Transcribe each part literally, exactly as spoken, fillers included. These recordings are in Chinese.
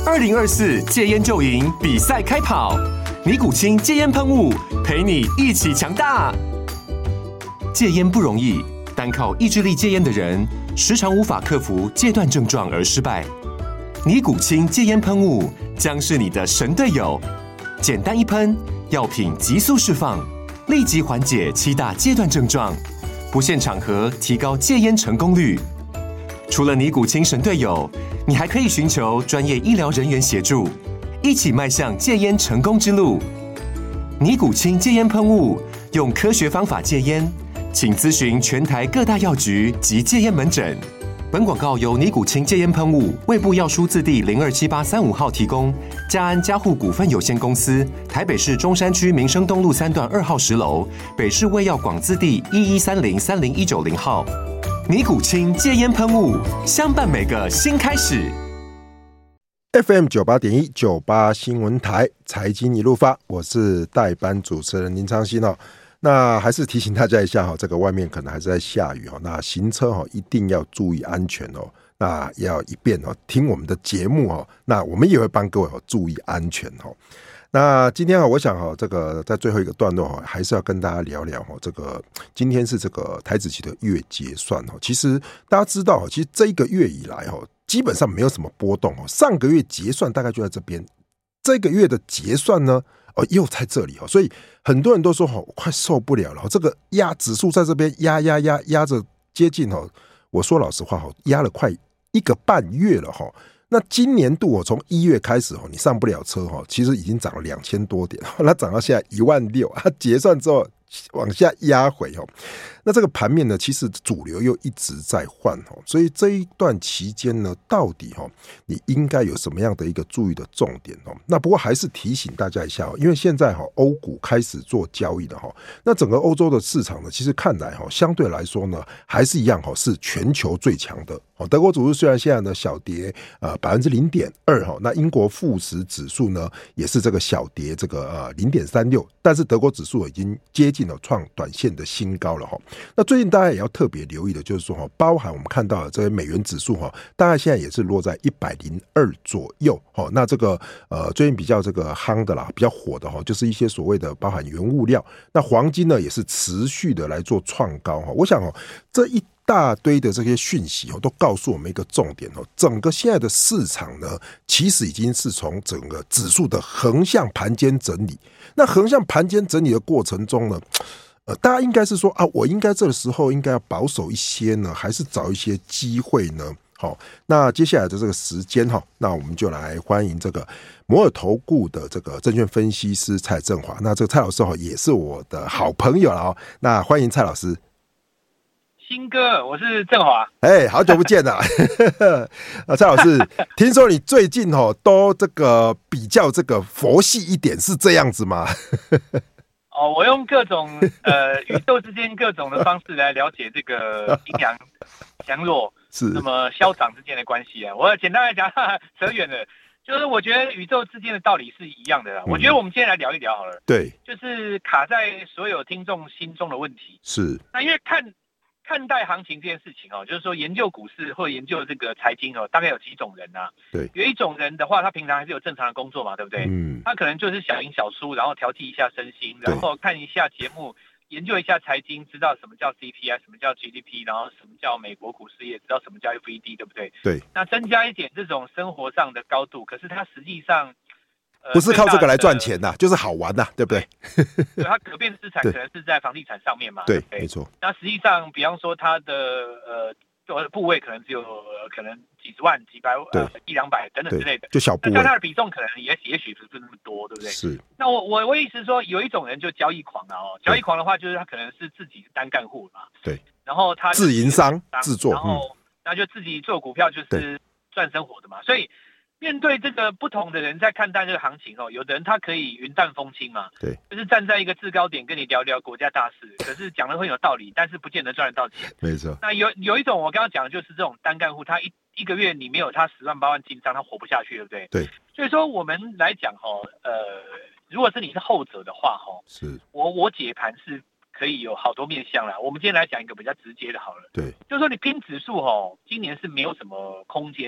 二零二四戒烟就赢比赛开跑，尼古清戒烟喷雾陪你一起强大。戒烟不容易，单靠意志力戒烟的人，时常无法克服戒断症状而失败。尼古清戒烟喷雾将是你的神队友，简单一喷，药品急速释放，立即缓解七大戒断症状，不限场合提高戒烟成功率。除了尼古清神队友，你还可以寻求专业医疗人员协助，一起迈向戒烟成功之路。尼古清戒烟喷雾，用科学方法戒烟，请咨询全台各大药局及戒烟门诊。本广告由尼古清戒烟喷雾、卫部药书字第零二七八三五号提供，嘉安嘉护股份有限公司，台北市中山区民生东路三段二号十楼，北市卫药广字第一一三零三零一九零号。尼古清戒烟喷雾，相伴每个新开始。 F M 九八点一九八新闻台财经一路发，我是代班主持人林昌兴哦。那还是提醒大家一下哈，这个外面可能还是在下雨哦，那行车哈一定要注意安全哦。那也要一遍哦听我们的节目哦，那我们也会帮各位哦注意安全哦。那今天啊，我想哈，这个在最后一个段落哈，还是要跟大家聊聊哈，这个今天是这个台子期的月结算哈。其实大家知道，其实这一个月以来哈，基本上没有什么波动哦。上个月结算大概就在这边，这个月的结算呢，哦又在这里哈，所以很多人都说哈，我快受不了了，这个压指数在这边压压压压着接近哈，我说老实话哈，压了快一个半月了哈。那今年度我从一月开始你上不了车其实已经涨了两千多点，那涨到现在一万六，它结算之后往下压回。那这个盘面呢，其实主流又一直在换，所以这一段期间呢，到底你应该有什么样的一个注意的重点？那不过还是提醒大家一下，因为现在欧股开始做交易的，那整个欧洲的市场呢，其实看来相对来说呢，还是一样是全球最强的。德国指数虽然现在呢小跌呃百分之零点二，那英国富时指数呢也是这个小跌这个呃零点三六，但是德国指数已经接近了创短线的新高了哈。那最近大家也要特别留意的就是说，包含我们看到的这些美元指数大概现在也是落在一百零二左右。那这个呃最近比较这个夯的啦，比较火的就是一些所谓的包含原物料，那黄金呢也是持续的来做创高。我想这一大堆的这些讯息都告诉我们一个重点，整个现在的市场呢，其实已经是从整个指数的横向盘间整理。那横向盘间整理的过程中呢，呃，大家应该是说啊，我应该这个时候应该要保守一些呢，还是找一些机会呢？好，那接下来的这个时间哈，那我们就来欢迎这个摩尔投顾的这个证券分析师蔡正华。那这个蔡老师哈也是我的好朋友了哦，那欢迎蔡老师。 新哥，我是正华。 哎，好久不见了，蔡老师，听说你最近哦都这个比较这个佛系一点，是这样子吗？ 哦，我用各种呃宇宙之间各种的方式来了解这个阴阳强弱， 是那么消长之间的关系啊。我简单来讲，扯远了，就是我觉得宇宙之间的道理是一样的啦。嗯、我觉得我们今天来聊一聊好了。 对， 就是卡在所有听众心中的问题是。 那因为看。看待行情这件事情哦，就是说研究股市或研究这个财经哦，大概有几种人啊。 对， 有一种人的话，他平常还是有正常的工作嘛，对不对？ 嗯， 他可能就是小赢小输，然后调剂一下身心，然后看一下节目，研究一下财经，知道什么叫 C P I， 什么叫 G D P， 然后什么叫美国股市，也知道什么叫 F E D， 对不对？ 对。 那增加一点这种生活上的高度，可是他实际上。 呃、不是靠这个来赚钱的，就是好玩的，对不对？ 对，它可变资产可能是在房地产上面嘛， 对， 对， 没错。 那实际上，比方说它的呃部位可能只有、呃、可能几十万、几百呃一两百等等之类的， 就小部位。 那它的比重可能也也许不是那么多，对不对？ 是。 那我我我意思是说，有一种人就交易狂啊哦，交易狂的话就是他可能是自己单干户嘛， 对。 然后他自营商制作， 然后那、嗯、就自己做股票就是赚生活的嘛，所以。面对这个不同的人在看待这个行情哦，有的人他可以云淡风轻嘛， 对， 就是站在一个制高点跟你聊聊国家大事，可是讲的很有道理，但是不见得赚得到钱。 没错。 那有有一种我刚刚讲的就是这种单干户，他一一个月你没有他十万八万进账，他活不下去，对不对？ 对。 所以说我们来讲哦，呃，如果是你是后者的话哦， 是我我解盘是可以有好多面向啦。我们今天来讲一个比较直接的好了， 对， 就是说你拼指数哦，今年是没有什么空间。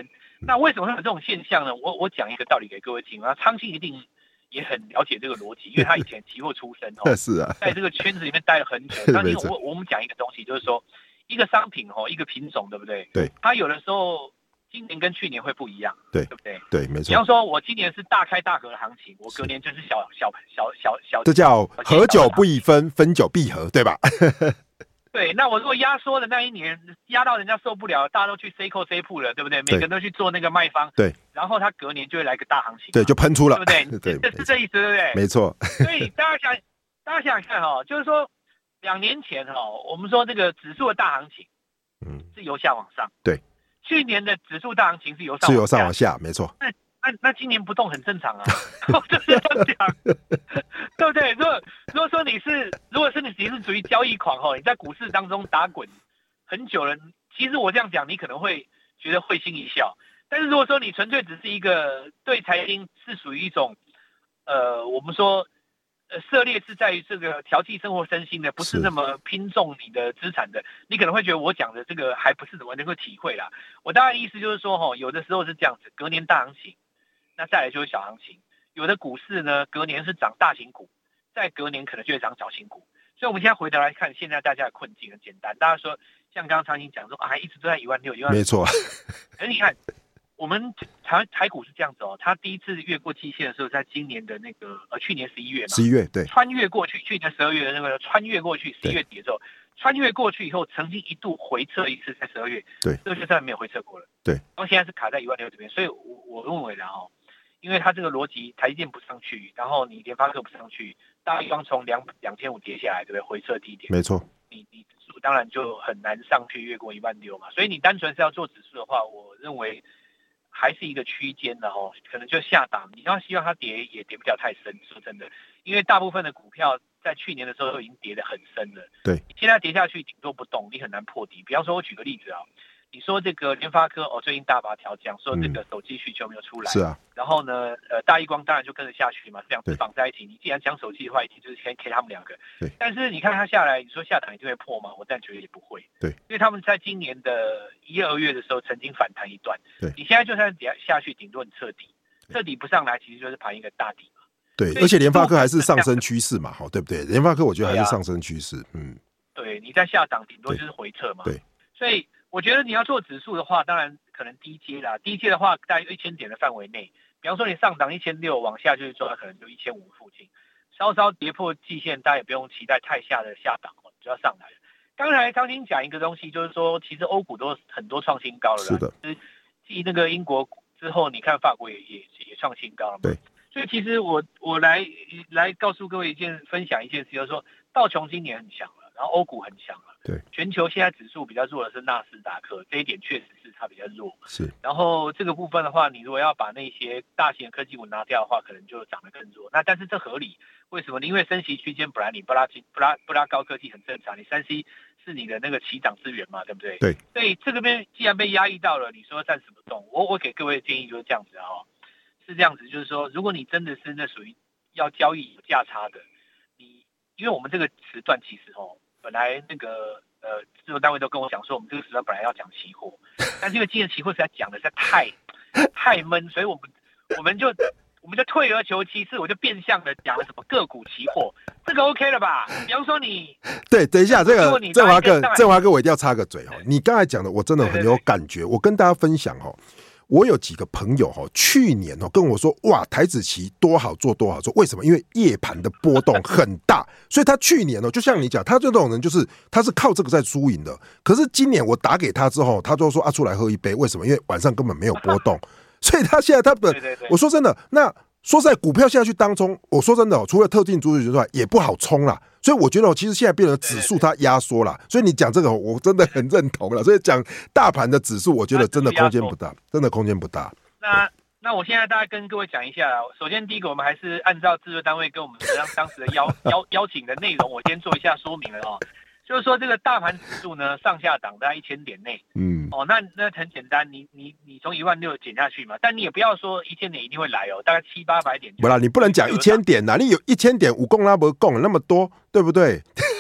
那为什么会有这种现象呢？我我讲一个道理给各位听啊，昌兴一定也很了解这个逻辑，因为他以前期货出身哦， 是啊， 在这个圈子里面待了很久。相信我，我们讲一个东西，就是说一个商品哦，一个品种，对不对？ 对。 它有的时候今年跟去年会不一样， 对， 对不对？ 对，没错。 比方说，我今年是大开大合的行情，我隔年就是小小小小小， 这叫合久必分，分久必合，对吧？ 对，那我如果压缩的那一年压到人家受不了，大家都去 C 扣 C 铺了，对不对？每个人都去做那个卖方， 对， 然后他隔年就会来个大行情， 对，就喷出了， 对不对？对，这是这意思，对不对？ 没错。 所以大家想，大家想想看哈、哦，就是说两年前哈、哦，我们说这个指数的大行情，嗯，是由下往上， 对。 去年的指数大行情是由上是由上往下，没错。 那那那今年不动很正常啊，就是这样讲，对不对？如果如果说你是，如果是你你是属于交易狂哦，你在股市当中打滚很久了，其实我这样讲，你可能会觉得会心一笑。但是如果说你纯粹只是一个对财经是属于一种，呃，我们说。呃，涉猎是在于这个调剂生活身心的，不是那么拼重你的资产的，你可能会觉得我讲的这个还不是怎么能够体会啦。我大概意思就是说，哈，有的时候是这样子，隔年大行情，那再来就是小行情。有的股市呢，隔年是涨大型股，再隔年可能就会涨小型股。所以我们现在回头来看，现在大家的困境很简单，大家说像刚刚常经讲说啊，一直都在一万六，一万六， 没错。 可是你看。我们台台股是这样子哦，它第一次越过季线的时候，在今年的那个呃去年十一月嘛， 十一月对， 穿越过去，去年十二月的那个穿越过去，十一月底的时候，穿越过去以后，曾经一度回撤一次，在十二月， 对， 这个就再没有回撤过了， 对， 然后现在是卡在一万六这边，所以我我认为啦哦，因为它这个逻辑，台积电不上去，然后你联发科不上去，大方从两两千五跌下来，对不对？回撤低点， 没错， 你你指数当然就很难上去越过一万六嘛，所以你单纯是要做指数的话，我认为。还是一个区间的哦，可能就下档。你要希望它跌也跌不了太深，说真的，因为大部分的股票在去年的时候都已经跌得很深了。 对， 现在跌下去顶多不动，你很难破底。比方说，我举个例子啊，你说这个联发科哦，最近大把调降，说这个手机需求没有出来， 是啊。 然后呢，呃，大立光当然就跟着下去嘛，两只绑在一起。你既然讲手机的话，一定就是先 K 他们两个。 对。 但是你看它下来，你说下档一定会破吗？我暂觉得也不会。 对。 因为他们在今年的一二月的时候曾经反弹一段。 对。 你现在就算跌下去，顶多你彻底，彻底不上来，其实就是盘一个大底嘛。 对，而且联发科还是上升趋势嘛，好，对不对？联发科我觉得还是上升趋势，嗯。 对，你在下档顶多就是回撤嘛。 对。 所以我觉得你要做指数的话，当然可能低阶啦，低阶的话在一千点的范围内。比方说你上档一千六往下就是说可能就一千五附近，稍稍跌破季线，大家也不用期待太下的下档就要上来了。刚才张欣讲一个东西，就是说其实欧股都很多创新高了啦， 是的。 继那个英国之后，你看法国也也也创新高了嘛。 对。 所以其实我我来来告诉各位一件分享一件事，就是说道琼今年很强了，然后欧股很强了。 对， 全球现在指数比较弱的是纳斯达克，这一点确实是它比较弱。 是， 然后这个部分的话，你如果要把那些大型的科技股拿掉的话，可能就涨得更弱。那但是这合理，为什么？因为升息区间本来你不拉不拉不拉高科技很正常，你三 C 是你的那个起涨资源嘛，对不对？ 对。 所以这个边既然被压抑到了，你说暂时不动，我我给各位的建议就是这样子哦，是这样子，就是说，如果你真的是那属于要交易有价差的，你因为我们这个时段其实哦。本来那个呃制作单位都跟我讲说，我们这个时段本来要讲期货，但是因为今年期货实在讲的实在太太闷，所以我们我们就我们就退而求其次，我就变相的讲了什么个股期货，这个 OK 了吧？比方说你对，等一下这个振华哥，振华哥我一定要插个嘴哦，你刚才讲的我真的很有感觉，对对对，我跟大家分享哦。我有几个朋友哈，去年哦跟我说，哇，台指期多好做多好做，为什么？因为夜盘的波动很大，所以他去年哦，就像你讲，他这种人就是他是靠这个在输赢的。可是今年我打给他之后，他就说啊，出来喝一杯，为什么？因为晚上根本没有波动，所以他现在他本，我说真的，那说实在，股票现在去当冲，我说真的哦，除了特定族群之外，也不好冲啦。所以我觉得，其实现在变成指数它压缩了，所以你讲这个，我真的很认同了。所以讲大盘的指数，我觉得真的空间不大，真的空间不大。 那那我现在大概跟各位讲一下，首先第一个，我们还是按照制作单位跟我们当当时的邀邀邀请的内容，我先做一下说明了哦。就是说，这个大盘指数呢，上下档在一千点内，嗯，哦，那那很简单，你你你从一万六减下去嘛，但你也不要说一千点一定会来哦，大概七八百点。 不啦，你不能讲一千点啦，你有一千点五共拉不共那么多，对不对？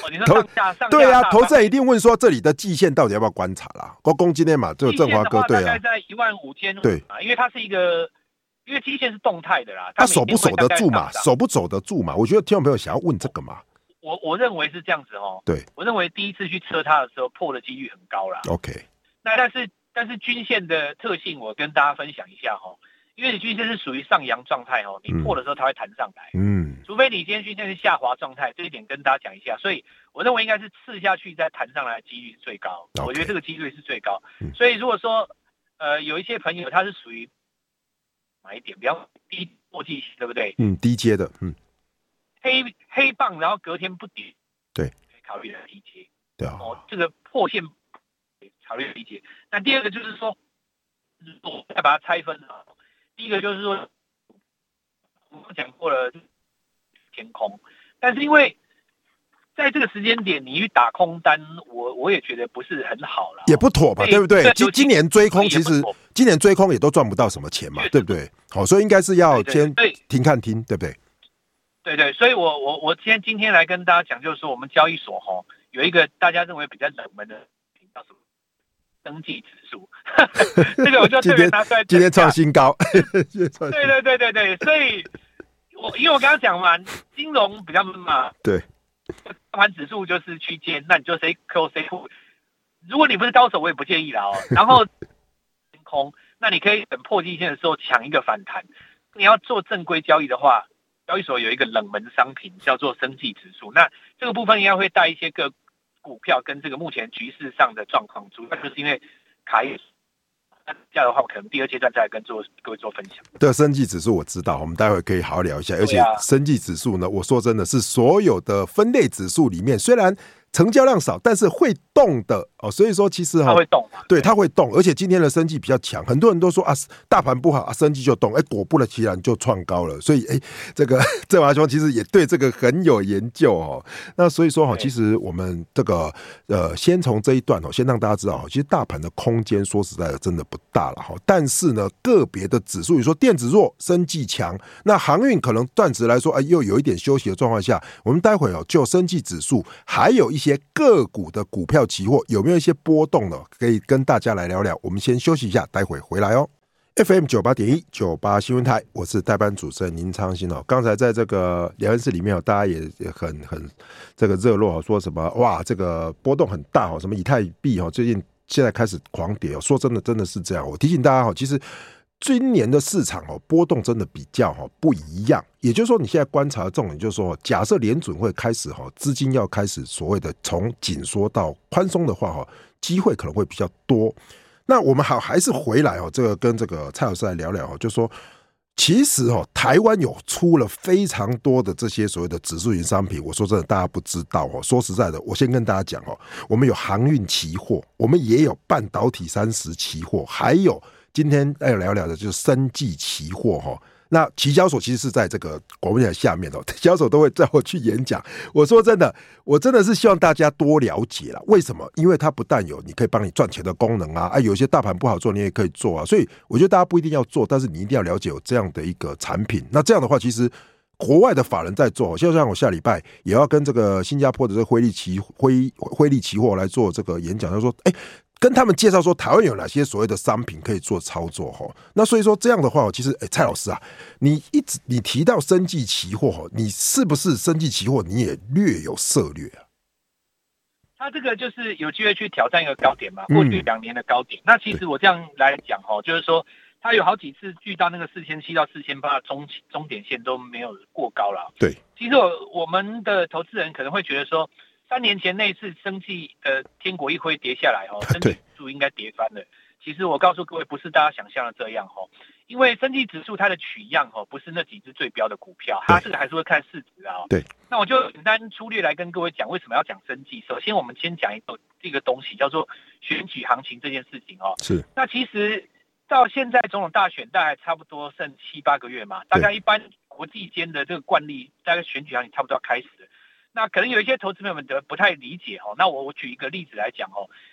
哦，你说上下上下对啊，投资人一定问说这里的季线到底要不要观察啦？公公今天嘛，这个振华哥对啊， 大概在一万五千对啊，因为它是一个，因为季线是动态的啦， 他守不守得住嘛？守不守得住嘛？我觉得听众朋友想要问这个嘛。 我我认为是这样子哦， 对， 我认为第一次去测它的时候破的几率很高啦。 OK， 那但是但是均线的特性我跟大家分享一下哈，因为你均线是属于上扬状态哦，你破的时候它会弹上来，嗯，除非你今天均线是下滑状态，这一点跟大家讲一下。所以我认为应该是刺下去再弹上来的几率是最高， okay, 我觉得这个几率是最高。嗯、所以如果说呃有一些朋友他是属于买一点比较低破季，对不对？ 嗯，低阶的，嗯。 黑黑棒，然后隔天不跌， 对， 可以考虑的低阶， 对啊， 哦，这个破线考虑低阶。那第二个就是说，我再把它拆分啊，第一个就是说，我们讲过了天空，但是因为在这个时间点你去打空单，我我也觉得不是很好了， 也不妥吧，对不对？今今年追空其实今年追空也都赚不到什么钱嘛，对不对？好，所以应该是要先停看听，对不对？ 对对，所以我我我今天今天来跟大家讲，就是说我们交易所哈有一个大家认为比较冷门的叫什么登记指数，这个我就特别拿出来。 今天创新高。 对对对对对，所以我因为我刚刚讲嘛，金融比较闷嘛， 对， 大盘指数就是区间，那你就谁 Q 谁 Q， 如果你不是高手，我也不建议啦哦。然后空，那你可以等破季线的时候抢一个反弹。你要做正规交易的话，交易所有一个冷门商品叫做生技指数，那这个部分应该会带一些个股票跟这个目前局势上的状况，主要就是因为卡业这样的话，我可能第二阶段再来跟做各位做分享。 对，生技指数我知道，我们待会可以好好聊一下。而且生技指数呢，我说真的是所有的分类指数里面，虽然成交量少，但是会动的哦。所以说其实它会动， 对，它会动。而且今天的生技比较强，很多人都说啊，大盘不好啊，生技就动，哎，果不其然就创高了。所以哎，这个郑华兄其实也对这个很有研究哦。那所以说哈，其实我们这个呃，先从这一段哦，先让大家知道，其实大盘的空间说实在的真的不大了哈。但是呢，个别的指数，你说电子弱，生技强，那航运可能暂时来说，哎，又有一点休息的状况下，我们待会哦，就生技指数还有一些。一些个股的股票期货有没有一些波动呢？可以跟大家来聊聊。我们先休息一下，待会回来哦。F M 九八点一九八新闻台，我是代班主持人林昌兴哦。刚才在这个聊天室里面哦，大家也也很很这个热络，说什么哇，这个波动很大哦，什么以太币哦，最近现在开始狂跌哦。说真的，真的是这样。我提醒大家哦，其实。今年的市场哦，波动真的比较哈不一样，也就是说，你现在观察的重点就是说，假设联准会开始哈，资金要开始所谓的从紧缩到宽松的话哈，机会可能会比较多。那我们好还是回来哦，这个跟这个蔡老师来聊聊哦，就是说，其实哦，台湾有出了非常多的这些所谓的指数型商品，我说真的，大家不知道哦。说实在的，我先跟大家讲哦，我们有航运期货，我们也有半导体三十期货，还有。今天要聊聊的就是生技期货哈，那期交所其实是在这个国民党下面哦，期交所都会叫我去演讲。我说真的，我真的是希望大家多了解啦。为什么？因为它不但有你可以帮你赚钱的功能啊，啊，有些大盘不好做，你也可以做啊。所以我觉得大家不一定要做，但是你一定要了解有这样的一个产品。那这样的话，其实国外的法人在做，就像我下礼拜也要跟这个新加坡的这个辉利期辉辉利期货来做这个演讲，他说，哎。跟他们介绍说台湾有哪些所谓的商品可以做操作哈，那所以说这样的话，其实哎，蔡老师啊，你一直你提到生技期货，你是不是生技期货你也略有涉略啊？ 他这个就是有机会去挑战一个高点嘛，过去两年的高点。嗯、那其实我这样来讲哈，就是说他有好几次遇到那个四千七到四千八中中点线都没有过高了。 对， 其实我我们的投资人可能会觉得说。三年前那一次生技呃天国一辉跌下来哦，生技指数应该跌翻了。其实我告诉各位，不是大家想象的这样哦，因为生技指数它的取样哦，不是那几只最标的股票，它这个还是会看市值啊、哦。 对， 那我就简单粗略来跟各位讲，为什么要讲生技。首先，我们先讲一个这个东西叫做选举行情这件事情哦。 是。 那其实到现在总统大选大概差不多剩七八个月嘛，大概一般国际间的这个惯例，大概选举行情差不多要开始了。那可能有一些投资朋友们不太理解哦，那我我举一个例子来讲哦，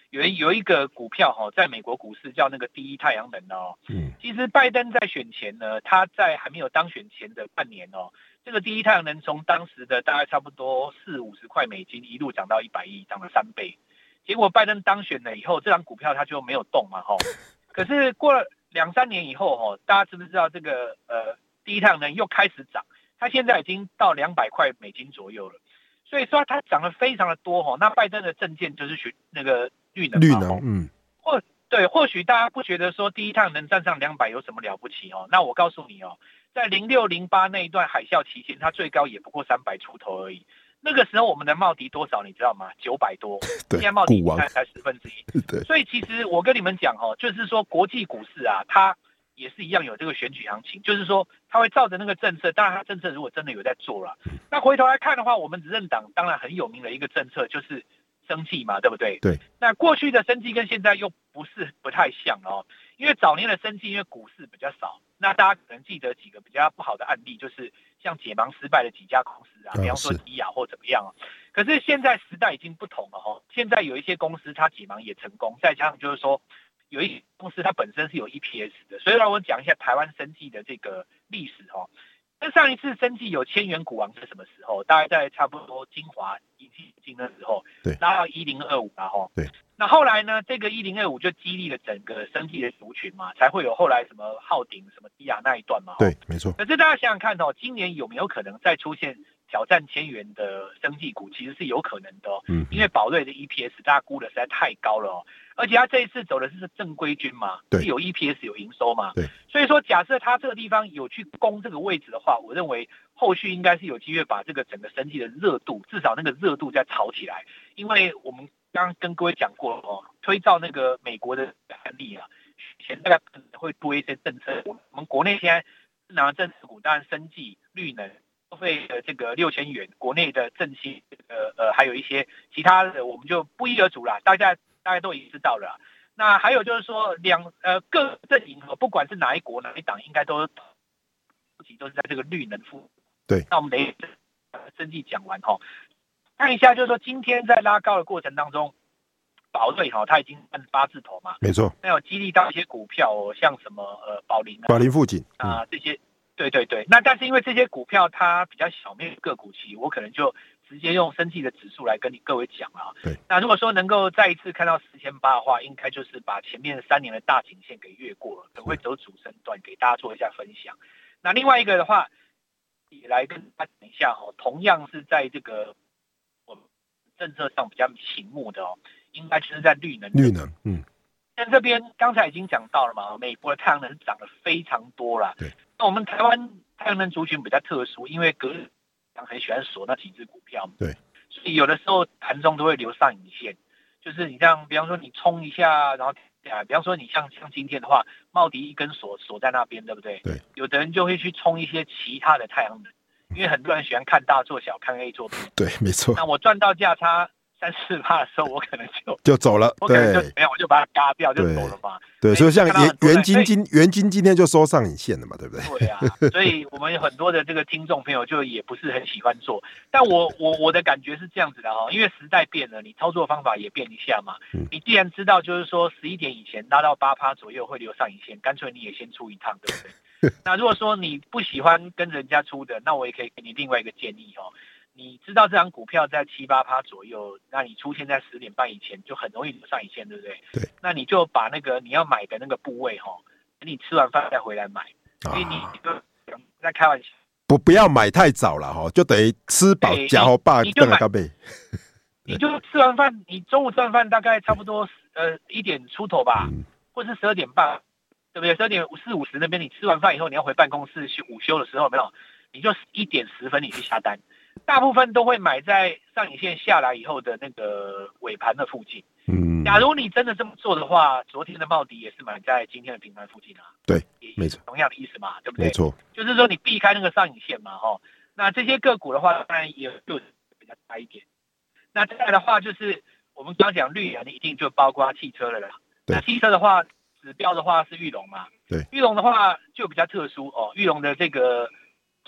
有一有一个股票哈、哦，在美国股市叫那个第一太阳能哦。 嗯， 其实拜登在选前呢，他在还没有当选前的半年哦，这个第一太阳能从当时的大概差不多四五十块美金一路涨到一百亿，涨了三倍。结果拜登当选了以后，这张股票它就没有动嘛哈、哦。可是过了两三年以后哈、哦，大家知不知道这个呃第一太阳能又开始涨？它现在已经到两百块美金左右了。所以说它涨得非常的多哈、哦。那拜登的政见就是选那个绿能嘛， 绿能，嗯， 或对，或许大家不觉得说第一太阳能站上两百有什么了不起哦？那我告诉你哦，在零六零八那一段海啸期间，它最高也不过三百出头而已。那个时候我们的茂迪多少你知道吗？九百多， 对， 现在茂迪股王才才十分之一。 对， 所以其实我跟你们讲哦，就是说国际股市啊，它也是一样有这个选举行情，就是说它会照着那个政策，当然它政策如果真的有在做了，那回头来看的话，我们执政党当然很有名的一个政策就是生技嘛，对不对？ 对。 那过去的生技跟现在又不是不太像哦，因为早年的生技因为股市比较少，那大家可能记得几个比较不好的案例，就是像解盲失败的几家公司啊，比方说迪亚或怎么样啊。可是现在时代已经不同了哦，现在有一些公司它解盲也成功，再加上就是说有一些公司它本身是有 E P S 的，所以让我讲一下台湾生技的这个历史哦。那上一次生技有千元股王是什么时候？大概在差不多精华一季进的时候， 对， 拉到一零二五然后， 对。 那后来呢，这个一零二五就激励了整个生技的族群嘛，才会有后来什么浩鼎、什么迪亚那一段嘛。 对，没错。 可是大家想想看哦，今年有没有可能再出现挑战千元的生技股？其实是有可能的哦， 嗯， 因为宝瑞的 E P S 大家估的实在太高了哦，而且他这一次走的是正规军嘛， 对， 是有 E P S 有营收嘛， 对， 所以说假设他这个地方有去攻这个位置的话，我认为后续应该是有机会把这个整个生技的热度，至少那个热度再炒起来，因为我们刚刚跟各位讲过哦，推照那个美国的案例啊，以前大概会多一些政策，我们国内现在拿政策股，当然生技、绿能。收费的这个六千元，国内的振兴，呃呃，还有一些其他的，我们就不一而足啦，大家大家都已经知道了啦。那还有就是说，两呃各阵营不管是哪一国哪一党，应该都都是在这个绿能附。 对。 那我们得生技讲完哈，看一下就是说今天在拉高的过程当中，宝瑞哈它已经按八字头嘛， 没错。 那有激励到一些股票哦，像什么呃宝林、啊、 宝林富锦啊、呃、这些。对对对，那但是因为这些股票它比较小，没有个股期，我可能就直接用生技的指数来跟你各位讲啊。 对。 那如果说能够再一次看到四千八的话，应该就是把前面三年的大颈线给越过了，可能会走主升段，给大家做一下分享。那另外一个的话，也来跟大家讲一下哦，同样是在这个我们政策上比较醒目的哦，应该就是在绿能。 绿能，嗯。 但这边刚才已经讲到了嘛，美国的太阳能涨得非常多了。 对。 那我们台湾太阳能族群比较特殊，因为隔日很喜欢锁那几只股票， 对， 所以有的时候盘中都会留上影线，就是你像比方说你冲一下，然后啊，比方说你像像今天的话，茂迪一根锁锁在那边，对不对？ 对， 有的人就会去冲一些其他的太阳能，因为很多人喜欢看大做小，看 A 做 B， 对，没错。 那我赚到价差三四趴的时候，我可能就就走了， 我可能就怎么样，我就把它嘎掉就走了嘛。 对，所以像元金今元金今天就收上影线了嘛，对不对？ 对啊，所以我们有很多的这个听众朋友就也不是很喜欢做，但我我我的感觉是这样子的哈，因为时代变了，你操作方法也变一下嘛。嗯、你既然知道就是说十一点以前拉到八趴左右会留上影线，干脆你也先出一趟，对不对？那如果说你不喜欢跟人家出的，那我也可以给你另外一个建议哦。你知道这张股票在七八趴左右，那你出现在十点半以前就很容易留上影线，对不对？ 对。 那你就把那个你要买的那个部位哈，等你吃完饭再回来买，因为你就在开玩笑。 不不要买太早了哈，就等于吃饱加好饱你就买，你就吃完饭，你中午吃完饭大概差不多呃一点出头吧，嗯、或是十二点半，对不对？十二点四五十那边你吃完饭以后，你要回办公室去午休的时候，有没有？你就一点十分你去下单。大部分都会买在上影线下来以后的那个尾盘的附近。嗯，假如你真的这么做的话，昨天的茂迪也是买在今天的平盘附近啊。 对，没错， 同样的意思嘛，对不对？ 没错， 就是说你避开那个上影线嘛，哈。那这些个股的话，当然也就比较差一点。那再来的话，就是我们刚刚讲绿能，一定就包括汽车了啦。那汽车的话，指标的话是裕隆嘛。 对， 裕隆的话就比较特殊哦，裕隆的这个做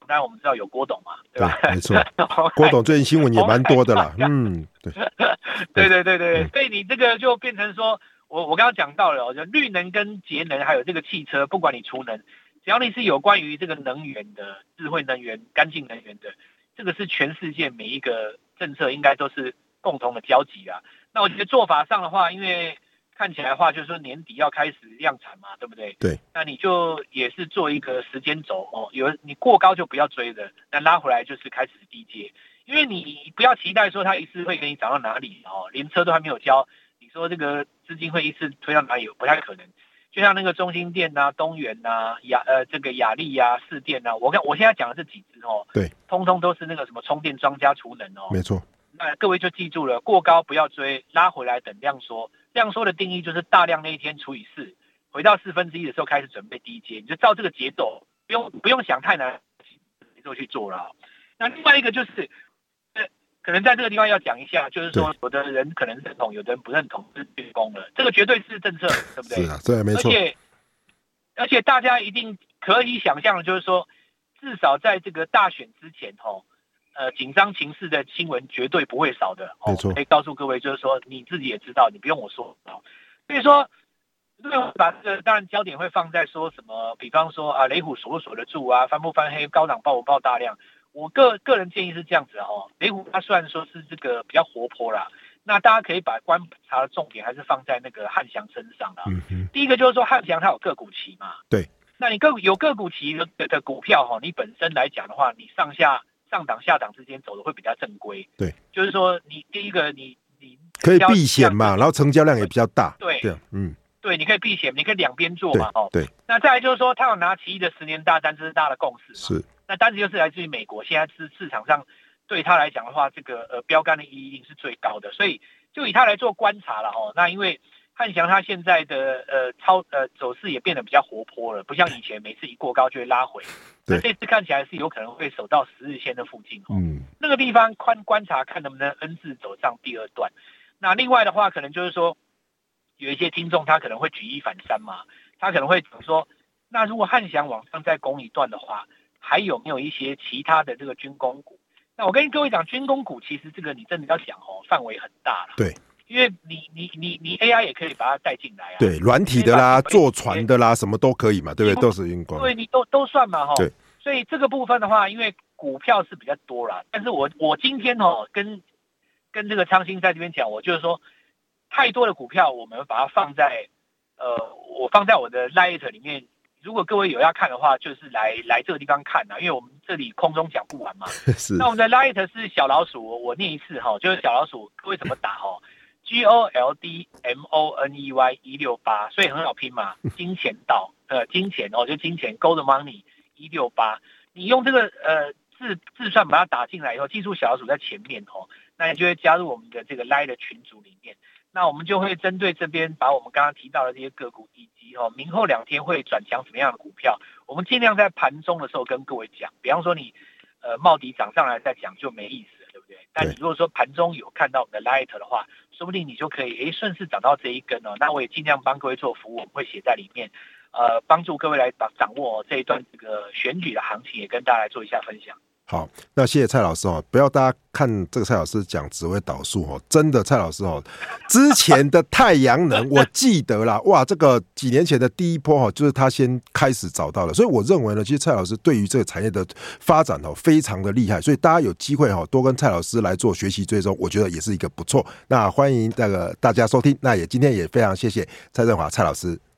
当然我们知道有郭董嘛，对吧？ 对，没错。郭董最近新闻也蛮多的啦，嗯，对， 对对对对，所以你这个就变成说，我我刚刚讲到了，就绿能跟节能，还有这个汽车，不管你储能，只要你是有关于这个能源的、智慧能源、干净能源的，这个是全世界每一个政策应该都是共同的交集啊。那我觉得做法上的话，因为看起来的话，就是说年底要开始量产嘛，对不对？ 对。那你就也是做一个时间轴哦，有你过高就不要追的，那拉回来就是开始低阶，因为你不要期待说它一次会给你涨到哪里哦，连车都还没有交，你说这个资金会一次推到哪里，不太可能。就像那个中兴电啊、东元啊、雅呃这个雅力啊、士电啊，我看我现在讲的这几支哦， 对， 通通都是那个什么充电桩加储能哦， 没错。 那各位就记住了，过高不要追，拉回来等量缩。量缩的定义就是大量那一天除以四，回到四分之一的时候开始准备低阶，你就照这个节奏，不用不用想太难节奏去做了。那另外一个就是，呃，可能在这个地方要讲一下，就是说有的人可能认同，有的人不认同，是军工了，这个绝对是政策，对不对？ 是啊，对，没错。 而且而且大家一定可以想象的就是说，至少在这个大选之前，吼。呃，紧张情势的新闻绝对不会少的， 没错。 可以告诉各位，就是说你自己也知道，你不用我说。所以说，把这个当然焦点会放在说什么，比方说啊，雷虎锁不锁得住啊，翻不翻黑，高档爆不爆大量。我个个人建议是这样子哦，雷虎它虽然说是这个比较活泼啦，那大家可以把观察的重点还是放在那个汉翔身上啦。 嗯、 第一个就是说汉翔它有个股期嘛， 对。 那你个有个股期 的, 的股票哈，你本身来讲的话，你上下。上档下档之间走的会比较正规， 对， 就是说你第一个你你可以避险嘛，然后成交量也比较大， 对， 对，嗯， 对，你可以避险，你可以两边做嘛，哦， 对。 那再来就是说，他有拿奇异的十年大单，这是大家的共识， 是。 那单子又是来自于美国，现在是市场上对他来讲的话，这个呃标杆的意义一定是最高的，所以就以他来做观察了哦。那因为汉翔他现在的呃超呃走势也变得比较活泼了，不像以前每次一过高就会拉回。那这次看起来是有可能会守到十日线的附近哦，嗯，那个地方观观察看能不能 N 字走上第二段。那另外的话，可能就是说有一些听众他可能会举一反三嘛，他可能会讲说，那如果汉翔往上再攻一段的话，还有没有一些其他的这个军工股？那我跟各位讲，军工股其实这个你真的要讲哦，范围很大了。 对。 因为你你你你 A I 也可以把它带进来啊， 对，软体的啦，坐船的啦，什么都可以嘛，对不对？都是军工， 对，你都都算嘛，哈。 对， 所以这个部分的话，因为股票是比较多啦，但是我我今天哦跟跟这个昌兴在这边讲，我就是说，太多的股票我们把它放在呃，我放在我的 Light 里面。如果各位有要看的话，就是来来这个地方看啊，因为我们这里空中讲不完嘛。 是。 那我们的 Light 是小老鼠，我我念一次哈，就是小老鼠，各位怎么打哈？ G O L D M O N E Y 一六八，所以很好拼嘛，金钱道，呃，金钱哦，就金钱 ，Gold Money 一六八，你用这个呃字字算把它打进来以后，记住小老鼠在前面哦，那你就会加入我们的这个 Line 的群组里面，那我们就会针对这边把我们刚刚提到的这些个股以及哦明后两天会转强什么样的股票，我们尽量在盘中的时候跟各位讲，比方说你呃茂迪涨上来再讲就没意思了，对不对？但你如果说盘中有看到我们的 Light 的话，说不定你就可以诶顺势找到这一根哦。那我也尽量帮各位做服务，我们会写在里面，呃，帮助各位来掌掌握、哦、这一段这个选举的行情，也跟大家来做一下分享。 好，那谢谢蔡老师哦。不要大家看这个蔡老师讲紫微导数哦，真的蔡老师哦，之前的太阳能我记得啦，哇，这个几年前的第一波哦，就是他先开始找到了，所以我认为呢，其实蔡老师对于这个产业的发展哦，非常的厉害，所以大家有机会哦，多跟蔡老师来做学习追踪，我觉得也是一个不错。那欢迎这个大家收听，那也今天也非常谢谢蔡振华蔡老师。